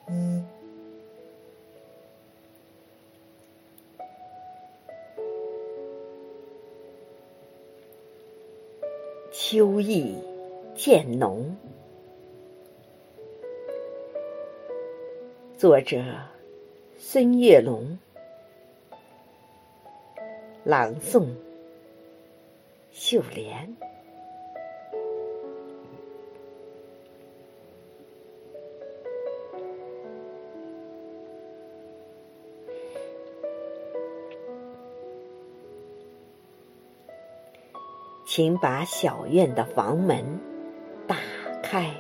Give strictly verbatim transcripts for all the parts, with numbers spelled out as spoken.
秋意渐浓。作者：孙月龙。朗诵：秀莲。请把小院的房门打开，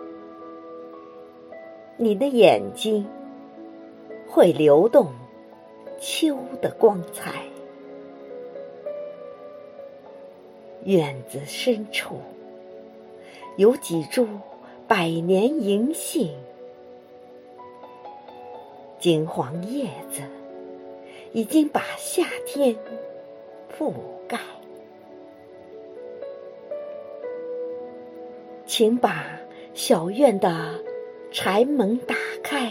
你的眼睛会流动秋的光彩。院子深处有几株百年银杏，金黄叶子已经把夏天覆盖。请把小院的柴门打开，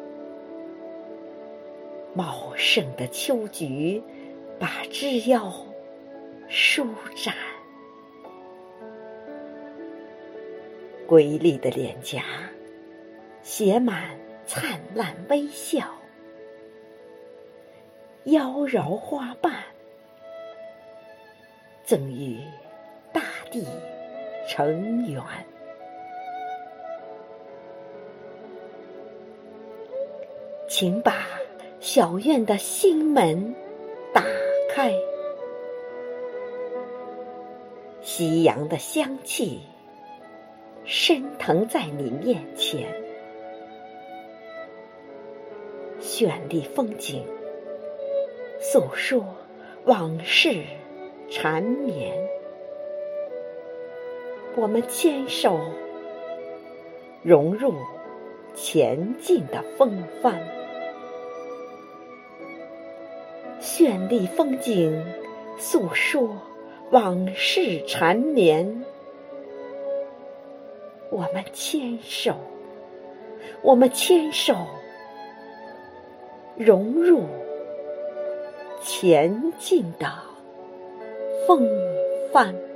茂盛的秋菊把枝腰舒展，瑰丽的脸颊写满灿烂微笑，妖娆花瓣赠予大地成圆。请把小院的心门打开，夕阳的香气升腾在你面前，绚丽风景诉说往事缠绵。我们牵手融入前进的风帆，绚丽风景诉说往事缠绵。我们牵手，我们牵手融入前进的风帆。